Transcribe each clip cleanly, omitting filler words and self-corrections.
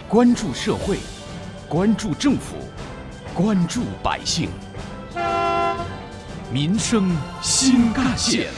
关注社会，关注政府，关注百姓，民生新干线。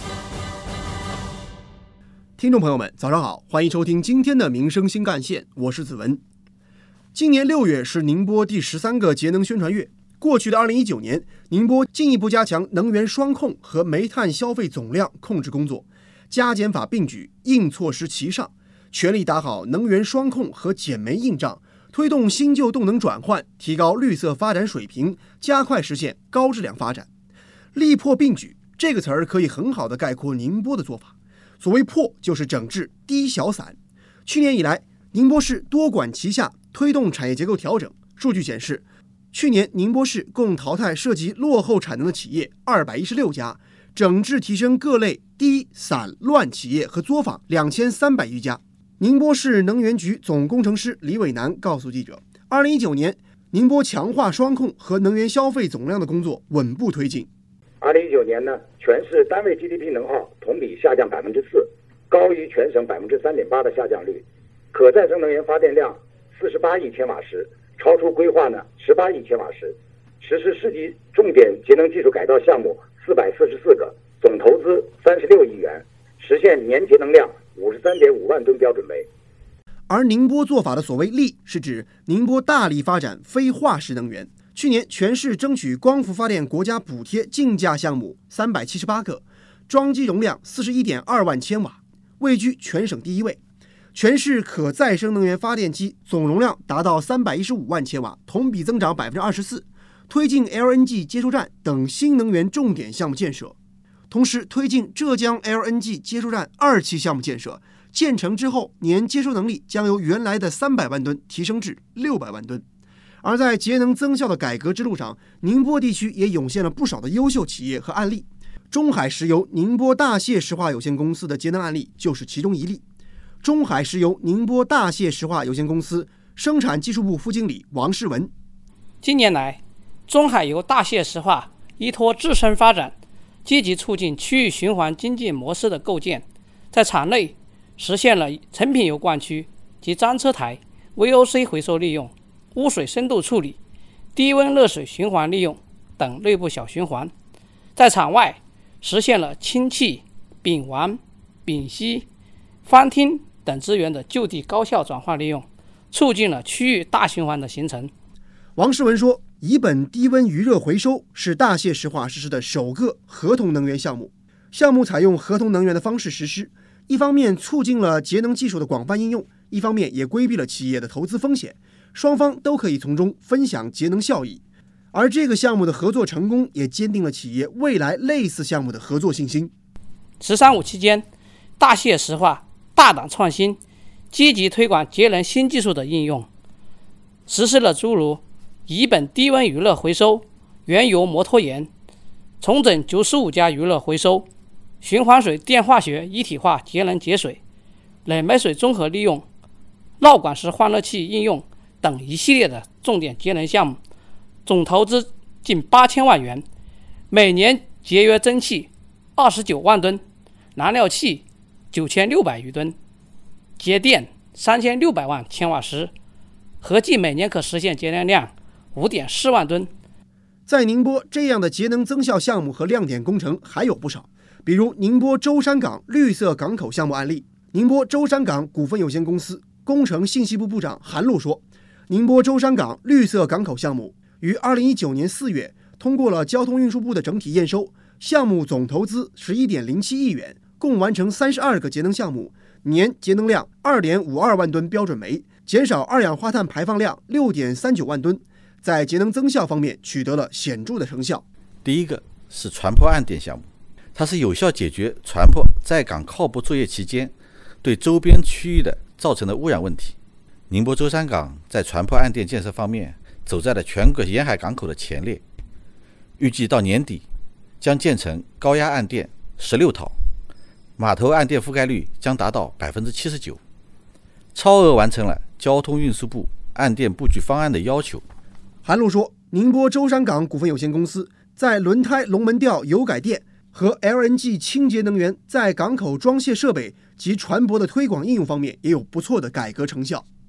听众朋友们，早上好，欢迎收听今天的民生新干线，我是子文。今年6月是宁波第13个节能宣传月。过去的2019年，宁波进一步加强能源双控和煤炭消费总量控制工作，加减法并举，硬措施齐上，全力打好能源双控和减煤硬仗，推动新旧动能转换，提高绿色发展水平，加快实现高质量发展。力破并举这个词儿可以很好地概括宁波的做法。所谓破，就是整治低小散。去年以来，宁波市多管齐下，推动产业结构调整。数据显示，去年宁波市共淘汰涉及落后产能的企业216家，整治提升各类低散乱企业和作坊2300余家。宁波市能源局总工程师李伟南告诉记者，2019年宁波强化双控和能源消费总量的工作稳步推进。 2019年呢，全市单位 GDP 能耗同比下降4%，高于全省3.8%的下降率。可再生能源发电量48亿千瓦时，超出规划呢18亿千瓦时。实施市级重点节能技术改造项目444个，总投资36亿元，实现年节能量53.5万吨标准煤。 而宁波做法的所谓力，是指宁波大力发展非化石能源。去年全市争取光伏发电国家补贴竞价项目378个，装机容量41.2万千瓦，位居全省第一位。全市可再生能源发电机总容量达到315万千瓦，同比增长24%，推进 LNG 接收站等新能源重点项目建设。同时推进浙江 LNG 接收站2期项目建设，建成之后年接收能力将由原来的300万吨提升至600万吨。而在节能增效的改革之路上，宁波地区也涌现了不少的优秀企业和案例。中海石油宁波大谢石化有限公司的节能案例就是其中一例。中海石油宁波大谢石化有限公司生产技术部副经理王世文， 近年来，中海油大谢石化依托自身发展，积极促进区域循环经济模式的构建，在厂内实现了成品油灌区及粘车台、VOC 回收利用、污水深度处理、低温热水循环利用等内部小循环，在厂外实现了氢气、丙烷、丙烯、翻烃等资源的就地高效转化利用，促进了区域大循环的形成。 王世文说，乙苯低温余热回收是大谢石化实施的首个合同能源项目。项目采用合同能源的方式实施，一方面促进了节能技术的广泛应用，一方面也规避了企业的投资风险，双方都可以从中分享节能效益。而这个项目的合作成功，也坚定了企业未来类似项目的合作信心。 “13+5”期间，大谢石化大胆创新，积极推广节能新技术的应用，实施了诸如乙苯低温余热回收、原油摩托盐、重整95家余热回收、循环水电化学一体化节能节水、冷媒水综合利用、绕管式换热器应用等一系列的重点节能项目，总投资近8000万元，每年节约蒸汽29万吨，燃料气9600余吨，节电3600万千瓦时，合计每年可实现节能量5.4万吨。 在宁波，这样的节能增效项目和亮点工程还有不少，比如宁波舟山港绿色港口项目案例。宁波舟山港股份有限公司工程信息部部长韩璐说，宁波舟山港绿色港口项目于2019年4月通过了交通运输部的整体验收，项目总投资11.07亿元，共完成32个节能项目，年节能量2.52万吨标准煤，减少二氧化碳排放量6.39万吨，在节能增效方面取得了显著的成效。 第一个是船舶岸电项目，它是有效解决船舶在港靠泊作业期间对周边区域的造成的污染问题。宁波舟山港在船舶岸电建设方面走在了全国沿海港口的前列，预计到年底将建成高压岸电16套，码头岸电覆盖率将达到79%，超额完成了交通运输部岸电布局方案的要求。 韩璐说，宁波舟山港股份有限公司在轮胎龙门吊油改电和 LNG 清洁能源在港口装卸设备及船舶的推广应用方面也有不错的改革成效。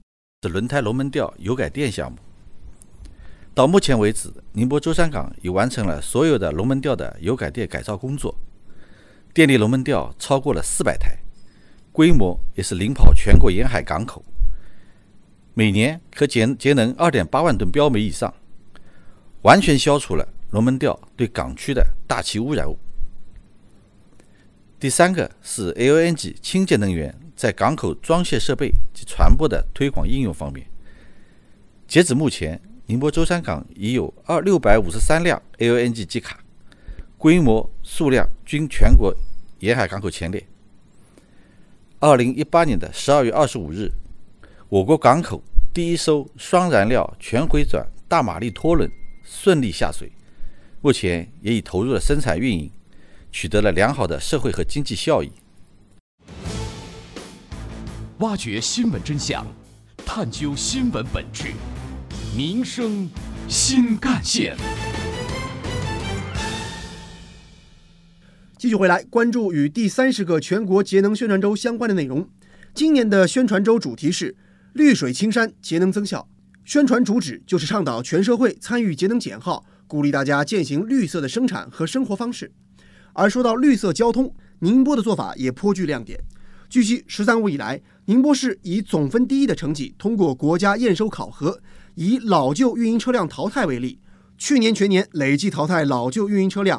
是轮胎龙门吊油改电项目。到目前为止，宁波舟山港已完成了所有的龙门吊的油改电改造工作，电力龙门吊超过了400台，规模也是领跑全国沿海港口，每年可节能 2.8 万吨标煤以上，完全消除了龙门吊对港区的大气污染物。第三个是 LNG 清洁能源在港口装卸设备及船舶的推广应用方面。截止目前，宁波舟山港已有653辆 LNG 机卡，规模数量均全国沿海港口前列。2018年的12月25日，我国港口第一艘双燃料全回转大马力拖轮顺利下水，目前也已投入了生产运营，取得了良好的社会和经济效益。 挖掘新闻真相，探究新闻本质，民生新干线。 继续回来关注与第30个全国节能宣传周相关的内容。今年的宣传周主题是绿水青山，节能增效。宣传主旨就是倡导全社会参与节能减耗，鼓励大家践行绿色的生产和生活方式。而说到绿色交通，宁波的做法也颇具亮点。据悉，“13五”以来，宁波市以总分第一的成绩通过国家验收考核。以老旧运营车辆淘汰为例，去年全年累计淘汰老旧运营车辆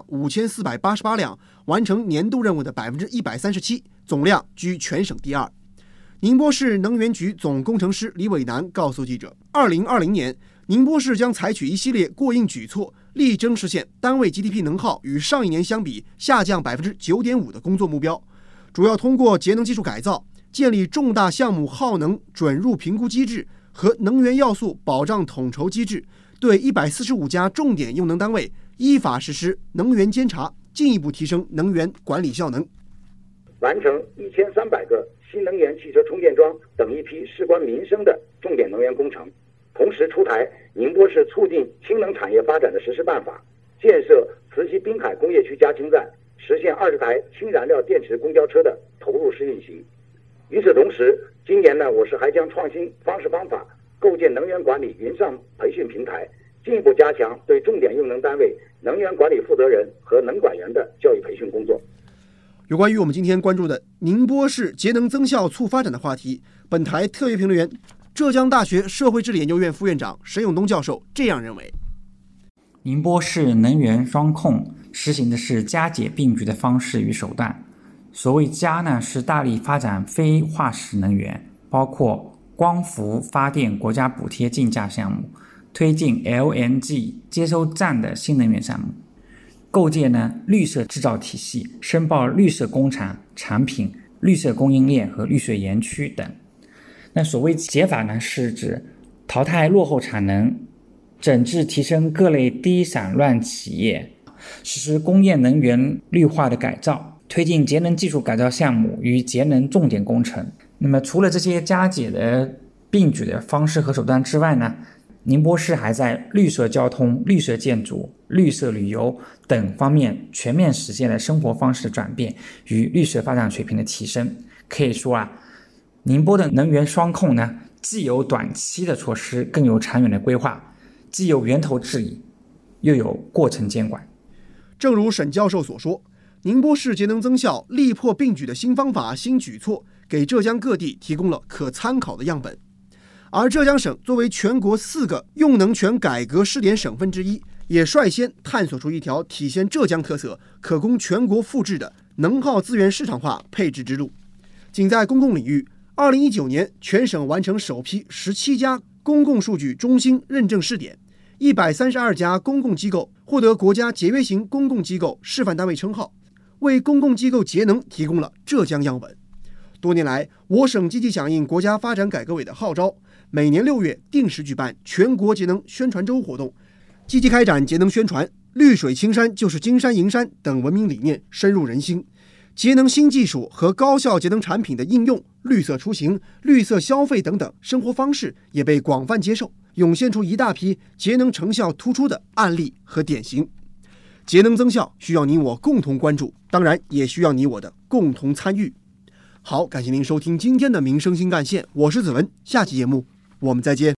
5488辆，完成年度任务的 137%， 总量居全省第2。宁波市能源局总工程师李伟南告诉记者，2020年，宁波市将采取一系列过硬举措，力争实现单位 GDP 能耗与上一年相比下降 9.5% 的工作目标，主要通过节能技术改造，建立重大项目耗能准入评估机制和能源要素保障统筹机制，对145家重点用能单位依法实施能源监察，进一步提升能源管理效能。 完成1300个新能源汽车充电桩等一批事关民生的重点能源工程，同时出台宁波市促进氢能产业发展的实施办法，建设慈溪滨海工业区加氢站，实现20台氢燃料电池公交车的投入试运行。与此同时，今年呢，我市还将创新方式方法，构建能源管理云上培训平台，进一步加强对重点用能单位能源管理负责人和能管员的教育培训工作。 有关于我们今天关注的宁波市节能增效促发展的话题，本台特约评论员、浙江大学社会治理研究院副院长沈永东教授这样认为： 宁波市能源双控实行的是加减并举的方式与手段。所谓加呢，是大力发展非化石能源，包括光伏发电国家补贴竞价项目，推进 LNG 接收站的新能源项目，构建呢绿色制造体系，申报绿色工厂产品、绿色供应链和绿色园区等。那所谓减法呢，是指淘汰落后产能，整治提升各类低散乱企业，实施工业能源绿化的改造，推进节能技术改造项目与节能重点工程。那么除了这些加减的并举的方式和手段之外呢，宁波市还在绿色交通、绿色建筑、绿色旅游等方面全面实现了生活方式的转变与绿色发展水平的提升。可以说啊，宁波的能源双控呢，既有短期的措施，更有长远的规划，既有源头治理，又有过程监管。 正如沈教授所说，宁波市节能增效、力破并举的新方法、新举措，给浙江各地提供了可参考的样本。而浙江省作为全国4个用能权改革试点省份之一，也率先探索出一条体现浙江特色、可供全国复制的能耗资源市场化配置之路。仅在公共领域，2019年全省完成首批17家公共数据中心认证试点，132家公共机构获得国家节约型公共机构示范单位称号，为公共机构节能提供了浙江样本。多年来，我省积极响应国家发展改革委的号召，每年6月定时举办全国节能宣传周活动，积极开展节能宣传，绿水青山就是金山银山等文明理念深入人心。节能新技术和高效节能产品的应用、绿色出行、绿色消费等等生活方式也被广泛接受，涌现出一大批节能成效突出的案例和典型。节能增效需要你我共同关注，当然也需要你我的共同参与。好，感谢您收听今天的民生新干线，我是子文，下期节目我们再见。